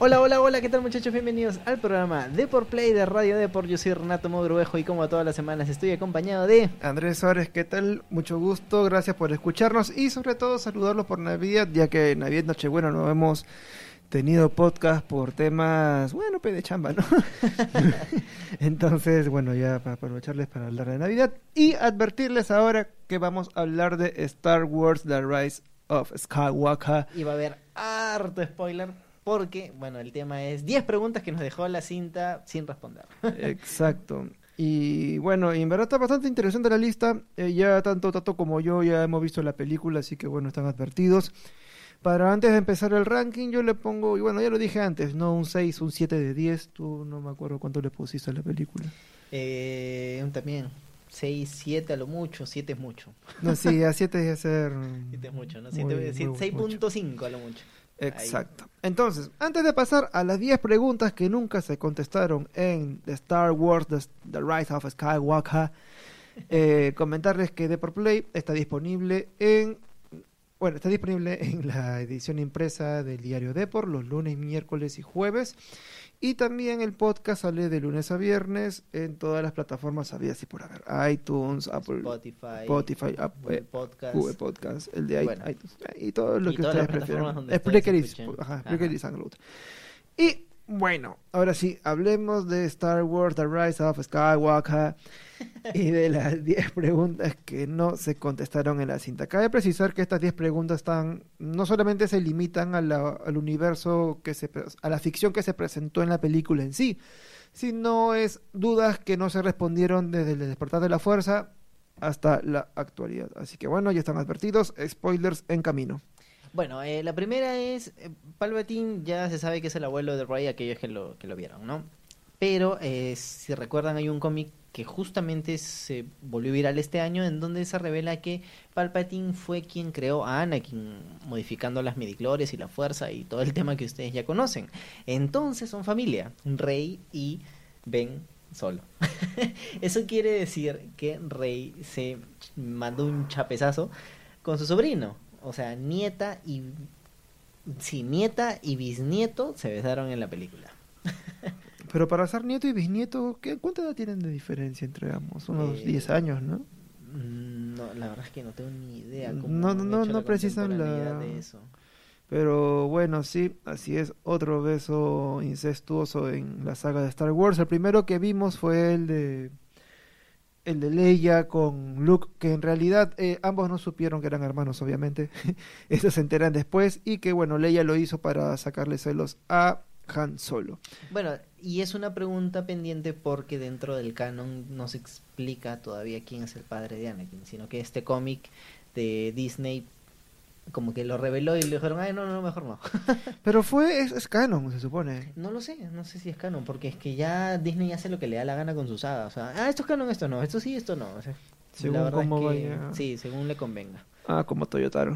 Hola, hola, hola, ¿qué tal muchachos? Bienvenidos al programa Deport Play de Radio Deport. Yo soy Renato Modruejo y como todas las semanas estoy acompañado de... Andrés Suárez, ¿qué tal? Mucho gusto, gracias por escucharnos y sobre todo saludarlos por Navidad, ya que Navidad, Nochebuena no hemos tenido podcast por temas, bueno, de chamba, ¿no? Entonces, bueno, ya para aprovecharles para hablar de Navidad y advertirles ahora que vamos a hablar de Star Wars The Rise of Skywalker. Y va a haber harto spoiler porque, bueno, el tema es 10 preguntas que nos dejó la cinta sin responder. Exacto. Y bueno, y en verdad está bastante interesante la lista. Ya tanto Tato como yo ya hemos visto la película, así que bueno, están advertidos. Para antes de empezar el ranking, yo le pongo, y bueno, ya lo dije antes, no un 6, un 7 de 10. Tú no me acuerdo cuánto le pusiste a la película. También 6, 7 a lo mucho, 7 es mucho. No, sí, a 7 es ser... 7 es mucho, ¿no? muy, 6.5 a lo mucho. Exacto. Ahí. Entonces, antes de pasar a las 10 preguntas que nunca se contestaron en The Star Wars The Rise of Skywalker, comentarles que Deport Play está disponible en la edición impresa del diario Deport los lunes, miércoles y jueves. Y también el podcast sale de lunes a viernes en todas las plataformas habidas y por haber. iTunes, Apple, Spotify, Google Podcast, el de bueno, iTunes y todo lo que ustedes prefieran. Spreaker y SoundCloud. Y bueno, ahora sí, hablemos de Star Wars The Rise of Skywalker y de las 10 preguntas que no se contestaron en la cinta. Cabe precisar que estas 10 preguntas no solamente se limitan al universo, a la ficción que se presentó en la película en sí, sino es dudas que no se respondieron desde el despertar de la fuerza hasta la actualidad. Así que bueno, ya están advertidos, spoilers en camino. Bueno, la primera es, Palpatine ya se sabe que es el abuelo de Rey, aquellos que lo vieron, ¿no? Pero, si recuerdan, hay un cómic que justamente se volvió viral este año, en donde se revela que Palpatine fue quien creó a Anakin, modificando las midichlorias y la fuerza y todo el tema que ustedes ya conocen. Entonces son familia, Rey y Ben Solo. Eso quiere decir que Rey se mandó un chapezazo con su sobrino. O sea, nieta y bisnieto se besaron en la película. Pero para ser nieto y bisnieto, ¿cuánta edad tienen de diferencia entre ambos? Unos 10 años, ¿no? No, la verdad es que no tengo ni idea. No precisan de eso. Pero bueno, sí, así es. Otro beso incestuoso en la saga de Star Wars. El primero que vimos fue el de Leia con Luke, que en realidad ambos no supieron que eran hermanos, obviamente. Eso se enteran después, y que bueno, Leia lo hizo para sacarle celos a Han Solo. Bueno, y es una pregunta pendiente porque dentro del canon no se explica todavía quién es el padre de Anakin, sino que este cómic de Disney como que lo reveló y le dijeron, ay, no, mejor no. Pero es canon, se supone. No sé si es canon, porque es que ya Disney hace lo que le da la gana con su saga. O sea, esto es canon, esto no, esto sí, esto no. O sea, según la verdad cómo es que, vaya. sí, según le convenga. Como Toyotaro.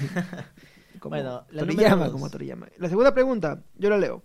Bueno, como Toriyama. La segunda pregunta, yo la leo.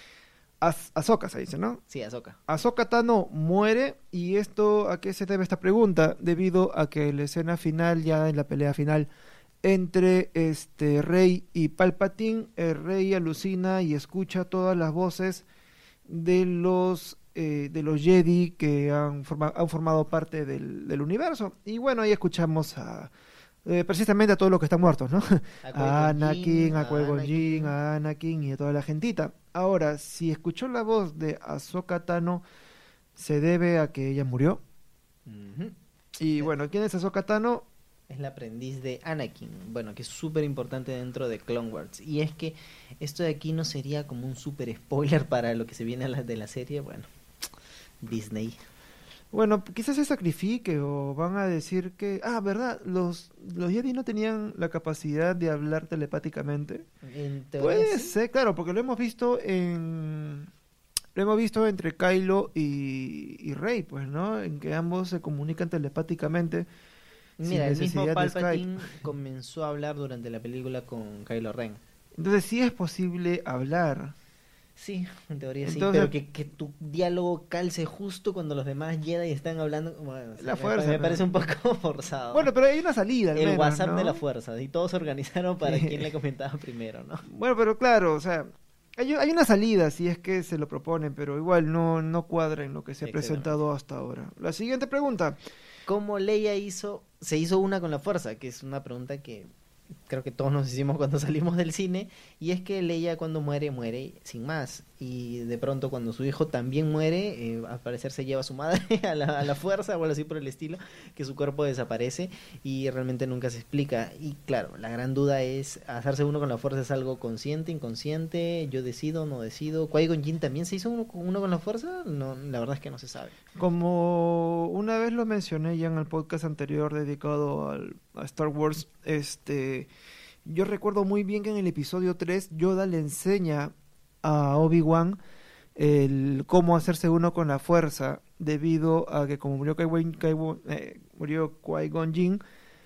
Ahsoka se dice, ¿no? Sí, Ahsoka. Ahsoka Tano muere, y esto, ¿a qué se debe esta pregunta? Debido a que en la escena final, ya en la pelea final entre Rey y Palpatine, Rey alucina y escucha todas las voces de los Jedi que han formado parte del universo. Y bueno, ahí escuchamos precisamente a todos los que están muertos, ¿no? A Anakin, a Qui-Gon Jinn, a Anakin y a toda la gentita. Ahora, si escuchó la voz de Ahsoka Tano, ¿se debe a que ella murió? Uh-huh. Y bueno, ¿quién es Ahsoka Tano? Es la aprendiz de Anakin, bueno, que es súper importante dentro de Clone Wars. Y es que esto de aquí no sería como un súper spoiler para lo que se viene de la serie, bueno, Disney. Bueno, quizás se sacrifique o van a decir que... ¿verdad? Los Jedi no tenían la capacidad de hablar telepáticamente. En teoría, puede ¿sí? ser, claro, porque lo hemos visto entre Kylo y Rey, pues, ¿no? En que ambos se comunican telepáticamente. Mira, el mismo Palpatine comenzó a hablar durante la película con Kylo Ren. Entonces sí es posible hablar. Sí, en teoría entonces, sí, pero que tu diálogo calce justo cuando los demás Jedi están hablando, bueno, la fuerza me parece un poco forzado. Bueno, pero hay una salida, al el menos, WhatsApp, ¿no? de la fuerza, y todos se organizaron para quien le comentaba primero, ¿no? Bueno, pero claro, o sea, Hay una salida si es que se lo proponen, pero igual no cuadra en lo que se ha Exactamente. presentado hasta ahora. La siguiente pregunta. ¿Cómo Leia se hizo una con la fuerza? Que es una pregunta que creo que todos nos hicimos cuando salimos del cine, y es que Leia cuando muere, muere sin más, y de pronto cuando su hijo también muere, al parecer se lleva a su madre a la fuerza o algo así por el estilo, que su cuerpo desaparece y realmente nunca se explica. Y claro, la gran duda es, ¿hacerse uno con la fuerza es algo consciente, inconsciente? ¿Yo decido, no decido? ¿Qui-Gon Jinn también se hizo uno con la fuerza? No, la verdad es que no se sabe. Como una vez lo mencioné ya en el podcast anterior dedicado a Star Wars, yo recuerdo muy bien que en el episodio 3 Yoda le enseña a Obi-Wan el cómo hacerse uno con la fuerza, debido a que como murió Qui-Gon Jinn,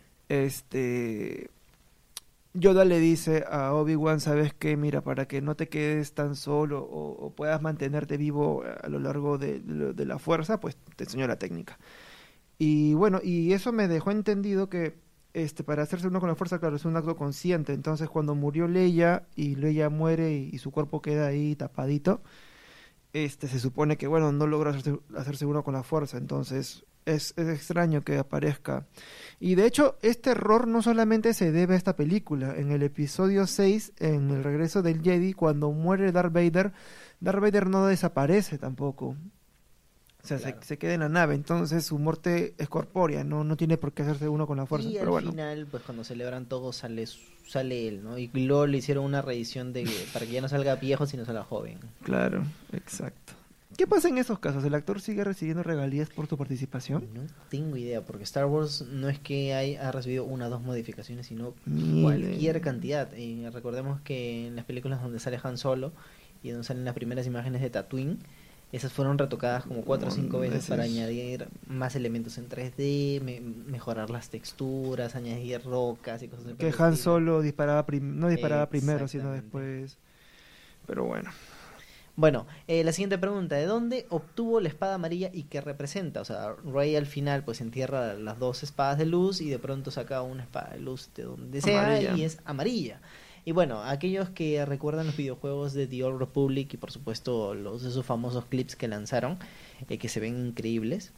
Yoda le dice a Obi-Wan, ¿sabes qué? Mira, para que no te quedes tan solo o puedas mantenerte vivo a lo largo de la fuerza, pues te enseño la técnica. Y bueno, y eso me dejó entendido que para hacerse uno con la fuerza, claro, es un acto consciente. Entonces, cuando murió Leia y Leia muere y su cuerpo queda ahí tapadito, se supone que, bueno, no logra hacerse uno con la fuerza. Entonces, es extraño que aparezca. Y de hecho, este error no solamente se debe a esta película. En el episodio 6, en el regreso del Jedi, cuando muere Darth Vader no desaparece tampoco. O sea, Claro. se queda en la nave, entonces su muerte es corpórea, no tiene por qué hacerse uno con la fuerza, Y pero al bueno, final, pues cuando celebran todos sale él, ¿no? Y luego le hicieron una reedición para que ya no salga viejo, sino salga joven. claro, exacto. ¿Qué pasa en esos casos? ¿El actor sigue recibiendo regalías por su participación? No tengo idea, porque Star Wars no es que ha recibido una o dos modificaciones, sino Miles. cualquier cantidad. Y recordemos que en las películas donde sale Han Solo y donde salen las primeras imágenes de Tatooine, esas fueron retocadas como 4 o 5 veces para añadir más elementos en 3D, mejorar las texturas, añadir rocas y cosas así por Que el Han estilo. Solo no disparaba primero, sino Exactamente. después. Pero bueno. Bueno, la siguiente pregunta, ¿de dónde obtuvo la espada amarilla y qué representa? O sea, Rey al final pues entierra las dos espadas de luz y de pronto saca una espada de luz de donde sea Amarilla. y es amarilla. Y bueno, aquellos que recuerdan los videojuegos de The Old Republic y por supuesto los de esos famosos clips que lanzaron, que se ven increíbles,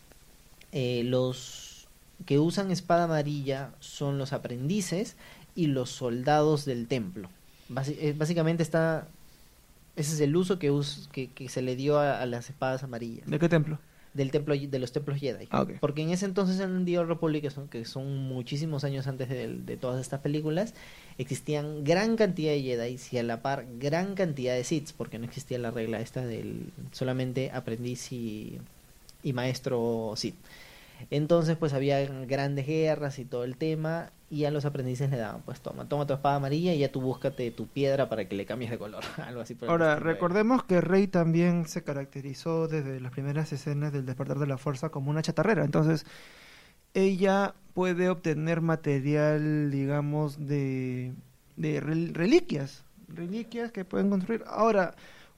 los que usan espada amarilla son los aprendices y los soldados del templo. Básicamente ese es el uso que se le dio a las espadas amarillas ¿De qué templo? del templo de los templos Jedi. Ah, ok. Porque en ese entonces en The Old Republic, que son muchísimos años antes de todas estas películas, existían gran cantidad de Jedi y a la par gran cantidad de Sith, porque no existía la regla esta del solamente aprendiz y maestro Sith. Entonces pues había grandes guerras y todo el tema, y a los aprendices le daban pues toma tu espada amarilla y ya tú búscate tu piedra para que le cambies de color, algo así por el Ahora, estilo. recordemos que Rey también se caracterizó desde las primeras escenas del Despertar de la Fuerza como una chatarrera. Entonces, ella puede obtener material, digamos, de reliquias que pueden construir. Ahora,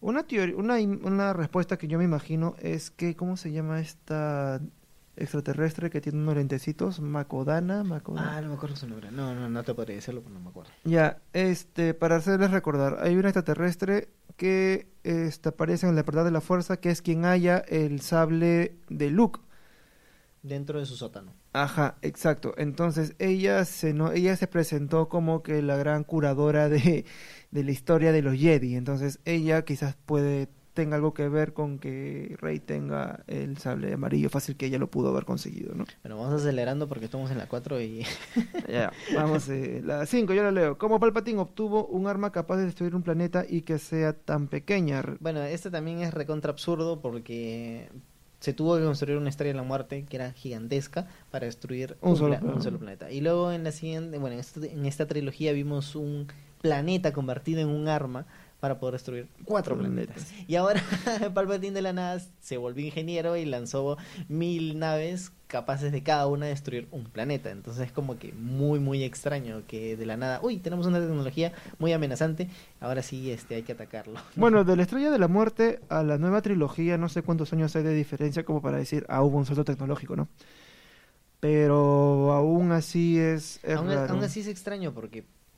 una respuesta que yo me imagino es que, ¿cómo se llama esta extraterrestre que tiene unos lentecitos? Makodana. No me acuerdo su nombre. No te podría decirlo, pero no me acuerdo. Ya, para hacerles recordar, hay una extraterrestre que aparece en el Despertar de la Fuerza, que es quien halla el sable de Luke. Dentro de su sótano. Ajá, exacto. Entonces ella se presentó como que la gran curadora de la historia de los Jedi. Entonces ella quizás tenga algo que ver con que Rey tenga el sable amarillo. Fácil que ella lo pudo haber conseguido, ¿no? Bueno, vamos acelerando porque estamos en la 4 y... Ya, vamos, la 5, yo la leo. ¿Cómo Palpatine obtuvo un arma capaz de destruir un planeta y que sea tan pequeña? Bueno, este también es recontra absurdo porque se tuvo que construir una estrella de la muerte que era gigantesca para destruir Un solo un solo planeta. Y luego en la siguiente, bueno, en esta trilogía vimos un planeta convertido en un arma para poder destruir 4 planetas. Y ahora Palpatine de la nada se volvió ingeniero y lanzó 1000 naves capaces de cada una destruir un planeta. Entonces es como que muy extraño que de la nada, uy, tenemos una tecnología muy amenazante, ahora sí hay que atacarlo. Bueno, de la Estrella de la Muerte a la nueva trilogía, no sé cuántos años hay de diferencia como para decir, hubo un salto tecnológico, ¿no? Pero aún así es raro. Aún así es extraño porque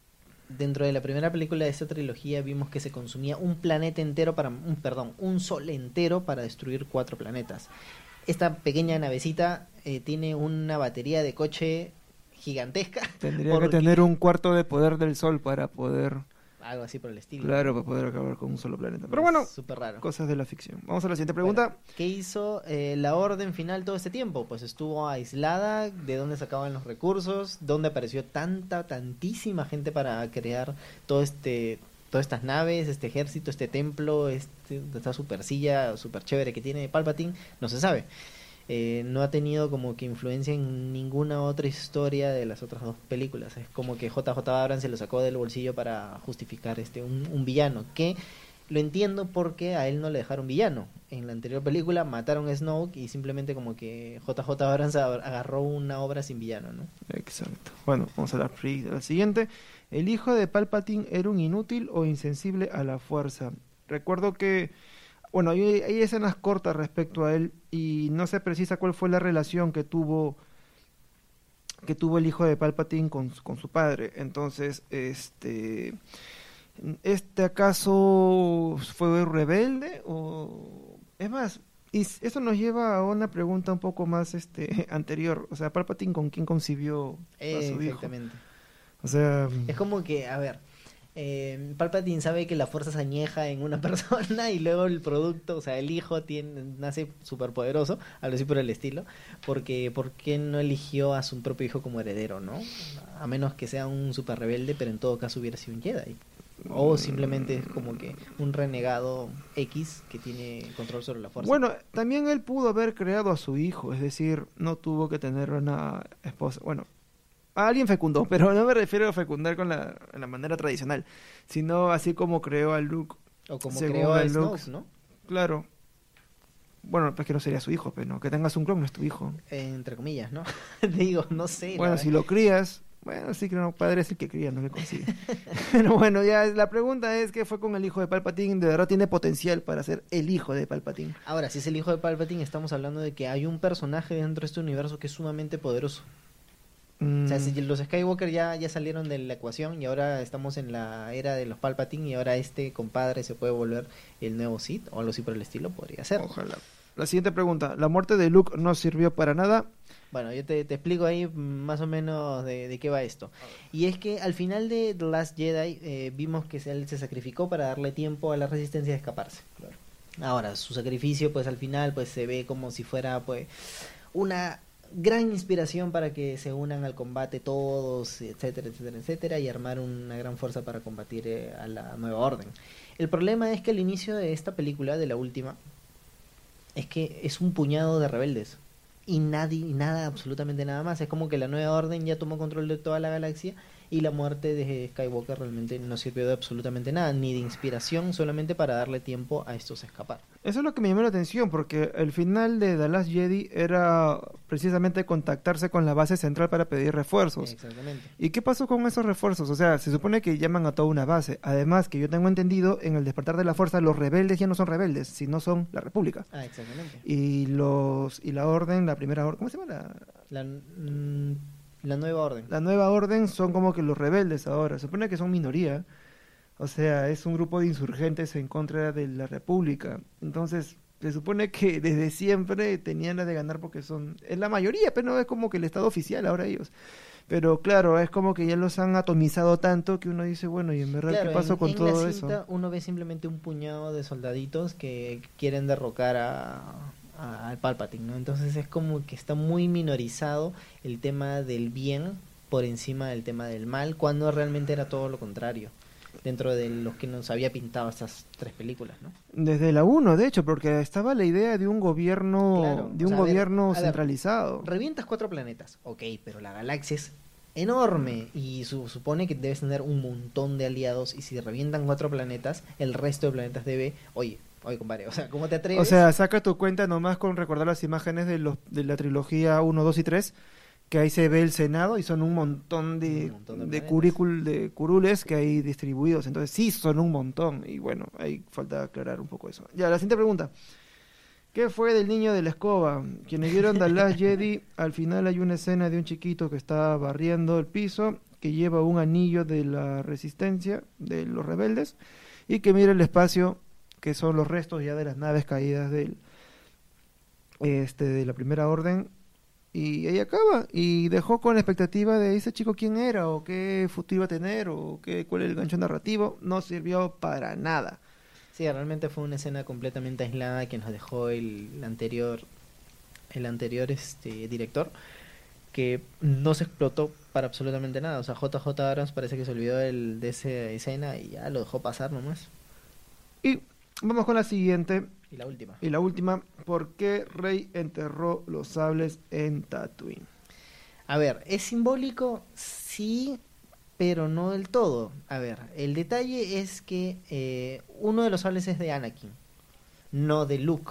dentro de la primera película de esta trilogía vimos que se consumía un planeta entero un sol entero para destruir 4 planetas. Esta pequeña navecita tiene una batería de coche gigantesca. Tendría que tener un cuarto de poder del sol para poder... Algo así por el estilo. Claro, para poder acabar con un solo planeta. Pero bueno, súper raro. Cosas de la ficción. Vamos a la siguiente pregunta. Bueno, ¿qué hizo la Orden Final todo este tiempo? Pues estuvo aislada, de dónde sacaban los recursos, dónde apareció tantísima gente para crear todas estas naves, este ejército, este templo, esta super silla super chévere que tiene Palpatine, no se sabe. No ha tenido como que influencia en ninguna otra historia de las otras 2 películas. Es como que JJ Abrams se lo sacó del bolsillo para justificar un villano, que lo entiendo porque a él no le dejaron villano. En la anterior película mataron a Snoke y simplemente como que JJ Abrams agarró una obra sin villano, ¿no? Exacto. Bueno, vamos a la siguiente. ¿El hijo de Palpatine era un inútil o insensible a la fuerza? Recuerdo que bueno, hay escenas cortas respecto a él y no se precisa cuál fue la relación que tuvo el hijo de Palpatine con su padre. Entonces, ¿este acaso fue rebelde? O es más, y eso nos lleva a una pregunta un poco más anterior. O sea, Palpatine, ¿con quién concibió a su hijo? Exactamente. O sea, es como que, a ver, Palpatine sabe que la fuerza se añeja en una persona y luego el producto, o sea, el hijo nace súper poderoso, algo así por el estilo, porque ¿por qué no eligió a su propio hijo como heredero, no? A menos que sea un súper rebelde, pero en todo caso hubiera sido un Jedi. O simplemente es como que un renegado X que tiene control sobre la fuerza. Bueno, también él pudo haber creado a su hijo, es decir, no tuvo que tener una esposa. Bueno, a alguien fecundó, pero no me refiero a fecundar con la manera tradicional, sino así como creó a Luke. O como creó a Snoke, ¿no? Claro. Bueno, pues que no sería su hijo, pero no, que tengas un clon no es tu hijo. Entre comillas, ¿no? Digo, no sé. Bueno, si lo crías, bueno, sí que no, padre es el que cría, no que consigue. Pero bueno, ya la pregunta es, ¿qué fue con el hijo de Palpatine? ¿De verdad tiene potencial para ser el hijo de Palpatine? Ahora, si es el hijo de Palpatine, estamos hablando de que hay un personaje dentro de este universo que es sumamente poderoso. O sea, si los Skywalker ya salieron de la ecuación y ahora estamos en la era de los Palpatine y ahora este compadre se puede volver el nuevo Sith o algo así por el estilo, podría ser. Ojalá. La siguiente pregunta, ¿la muerte de Luke no sirvió para nada? Bueno, yo te explico ahí más o menos de qué va esto. Y es que al final de The Last Jedi vimos que él se sacrificó para darle tiempo a la resistencia de escaparse. Claro. Ahora, su sacrificio pues al final pues se ve como si fuera pues una gran inspiración para que se unan al combate todos, etcétera, etcétera, etcétera, y armar una gran fuerza para combatir a la nueva orden. El problema es que al inicio de esta película, de la última, es que es un puñado de rebeldes y nada, absolutamente nada más. Es como que la nueva orden ya tomó control de toda la galaxia y la muerte de Skywalker realmente no sirvió de absolutamente nada, ni de inspiración, solamente para darle tiempo a estos a escapar. Eso es lo que me llamó la atención, porque el final de The Last Jedi era precisamente contactarse con la base central para pedir refuerzos. Exactamente. ¿Y qué pasó con esos refuerzos? O sea, se supone que llaman a toda una base. Además, que yo tengo entendido, en el Despertar de la Fuerza, los rebeldes ya no son rebeldes, sino son la República. Ah, exactamente. Y la Orden, la Primera Orden, ¿cómo se llama? La nueva orden. La nueva orden son como que los rebeldes ahora. Se supone que son minoría. O sea, es un grupo de insurgentes en contra de la República. Entonces, se supone que desde siempre tenían la de ganar porque es la mayoría, pero no es como que el Estado oficial ahora ellos. Pero claro, es como que ya los han atomizado tanto que uno dice, bueno, y en verdad, claro, ¿qué pasó con todo la cinta, eso? Uno ve simplemente un puñado de soldaditos que quieren derrocar al Palpatine, ¿no? Entonces es como que está muy minorizado el tema del bien por encima del tema del mal, cuando realmente era todo lo contrario dentro de los que nos había pintado estas 3 películas, ¿no? Desde la 1, de hecho, porque estaba la idea de un gobierno, claro, de un gobierno centralizado. Revientas 4 planetas, ok, pero la galaxia es enorme y supone que debes tener un montón de aliados, y si revientan 4 planetas, el resto de planetas debe, oye, compadre, o sea, ¿cómo te atreves? O sea, saca tu cuenta nomás con recordar las imágenes de la trilogía 1, 2 y 3, que ahí se ve el Senado y son un montón de curules que hay distribuidos. Entonces sí, son un montón. Y bueno, ahí falta aclarar un poco eso. Ya, la siguiente pregunta. ¿Qué fue del niño de la escoba? Quienes vieron The Last Jedi, al final hay una escena de un chiquito que está barriendo el piso, que lleva un anillo de la resistencia, de los rebeldes, y que mira el espacio, que son los restos ya de las naves caídas de la Primera Orden, y ahí acaba, y dejó con la expectativa de ese chico quién era, o qué futuro iba a tener, o cuál es el gancho narrativo. No sirvió para nada. Sí, realmente fue una escena completamente aislada que nos dejó el anterior director, que no se explotó para absolutamente nada. O sea, JJ Abrams parece que se olvidó de esa escena y ya lo dejó pasar nomás. Y vamos con la siguiente. Y la última. ¿Por qué Rey enterró los sables en Tatooine? A ver, ¿es simbólico? Sí, pero no del todo. A ver, el detalle es que uno de los sables es de Anakin, no de Luke.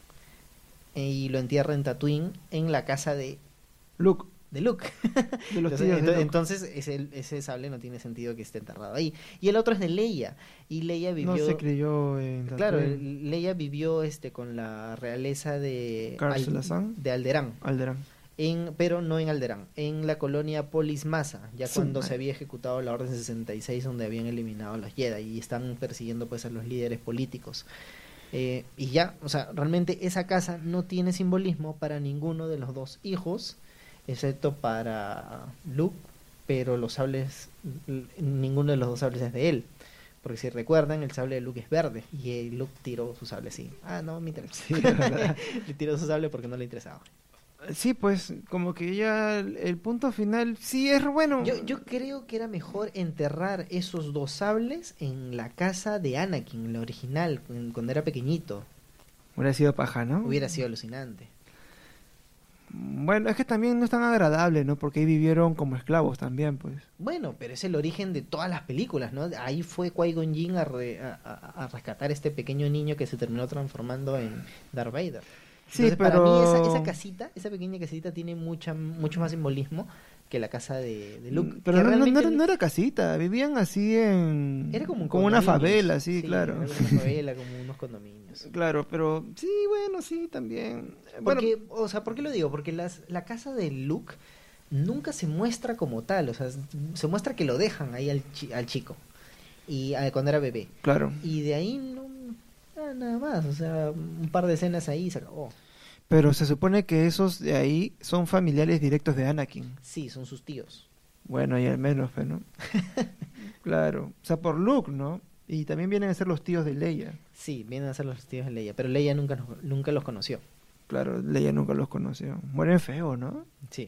Y lo entierra en Tatooine, en la casa de Luke. De Luke. De los tíos de Luke. Entonces ese sable no tiene sentido que esté enterrado ahí. Y el otro es de Leia. Y Leia vivió... No se creyó en Tatooine. Claro, Leia vivió con la realeza de Alderaan. Pero no en Alderaan, en la colonia Polis Massa, ya cuando se había ejecutado la Orden 66, donde habían eliminado a los Jedi y están persiguiendo pues a los líderes políticos. Y ya, o sea, realmente esa casa no tiene simbolismo para ninguno de los dos hijos, excepto para Luke, pero los sables, ninguno de los dos sables es de él. Porque si recuerdan, el sable de Luke es verde y Luke tiró su sable así. Ah, no me interesa. Sí, le tiró su sable porque no le interesaba. Sí, pues como que ya el punto final sí es bueno. Yo creo que era mejor enterrar esos dos sables en la casa de Anakin, la original, cuando era pequeñito. Hubiera sido paja, ¿no? Hubiera sido alucinante. Bueno, es que también no es tan agradable, ¿no? Porque ahí vivieron como esclavos también, pues. Bueno, pero es el origen de todas las películas, ¿no? Ahí fue Qui-Gon Jinn a rescatar a este pequeño niño que se terminó transformando en Darth Vader. Sí, entonces, pero... para mí esa casita, esa pequeña casita tiene mucho más simbolismo que la casa de Luke. Pero no era casita, vivían así en... Era como una favela, sí, claro. Era como una favela, como unos condominios. Claro, pero sí, bueno, sí, también. Porque, o sea, ¿por qué lo digo? Porque la casa de Luke nunca se muestra como tal, o sea, se muestra que lo dejan ahí al chico, y cuando era bebé. Claro. Y de ahí nada más, o sea, un par de escenas ahí y se acabó. Pero se supone que esos de ahí son familiares directos de Anakin. Sí, son sus tíos. Bueno, y al menos, ¿no? Claro. O sea, por Luke, ¿no? Y también vienen a ser los tíos de Leia. Sí, vienen a ser los tíos de Leia, pero Leia nunca los conoció. Claro, Leia nunca los conoció. Mueren feo, ¿no? Sí.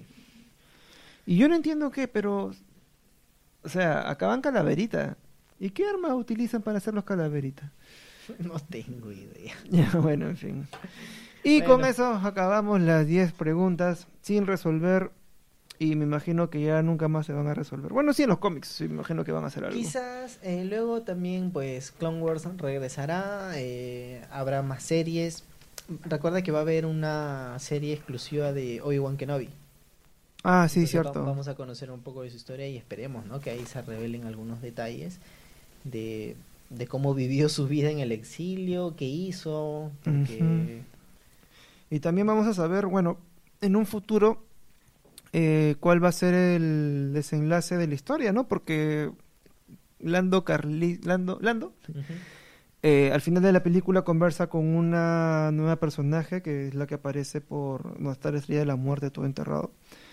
Y yo no entiendo qué, pero... O sea, acaban calaverita. ¿Y qué armas utilizan para hacer los calaveritas? No tengo idea. Ya, bueno, en fin. Y con eso acabamos las 10 preguntas sin resolver. Y me imagino que ya nunca más se van a resolver. Bueno, sí, en los cómics, sí, me imagino que van a hacer algo. Quizás luego también, pues, Clone Wars regresará. Habrá más series. Recuerda que va a haber una serie exclusiva de Obi-Wan Kenobi. Ah, sí, entonces, cierto. Vamos a conocer un poco de su historia y esperemos, ¿no? Que ahí se revelen algunos detalles de cómo vivió su vida en el exilio, qué hizo. Porque... Y también vamos a saber, bueno, en un futuro, cuál va a ser el desenlace de la historia, ¿no? Porque Lando al final de la película conversa con una nueva personaje que es la que aparece por no estar Estrella de la Muerte, todo enterrado.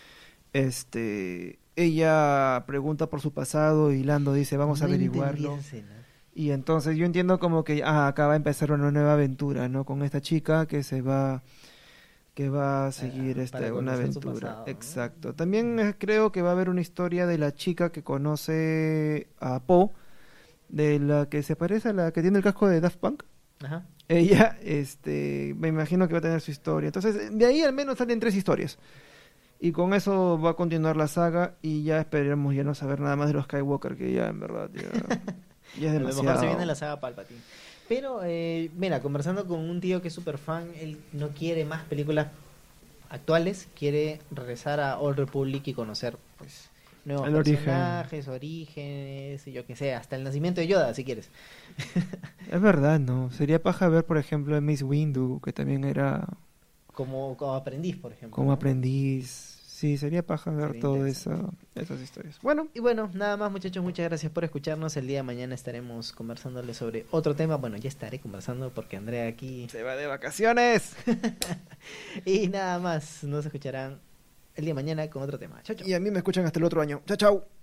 Ella pregunta por su pasado y Lando dice, vamos a averiguarlo. Y entonces yo entiendo como que acá va a empezar una nueva aventura, ¿no? Con esta chica que va a seguir una aventura. Pasado, exacto. ¿No? También creo que va a haber una historia de la chica que conoce a Poe, de la que se parece a la que tiene el casco de Daft Punk. Ajá. Ella, me imagino que va a tener su historia. Entonces, de ahí al menos salen 3 historias. Y con eso va a continuar la saga y ya esperemos ya no saber nada más de los Skywalker, que ya en verdad ya es demasiado. A lo mejor se viene la saga Palpatine. Pero, mira, conversando con un tío que es súper fan, él no quiere más películas actuales, quiere regresar a Old Republic y conocer, pues, nuevos personajes, orígenes, yo que sé, hasta el nacimiento de Yoda, si quieres. Es verdad, ¿no? Sería paja ver, por ejemplo, a Mace Windu, que también era... Como aprendiz, por ejemplo. Como aprendiz, Sí, sería paja ver Sería todas interesante. esas historias. Bueno, Y bueno, nada más muchachos, muchas gracias por escucharnos. El día de mañana estaremos conversándoles sobre otro tema. Bueno, ya estaré conversando porque Andrea aquí. se va de vacaciones. Y nada más, nos escucharán el día de mañana con otro tema. Chau, chau. Y a mí me escuchan hasta el otro año. Chao, chao.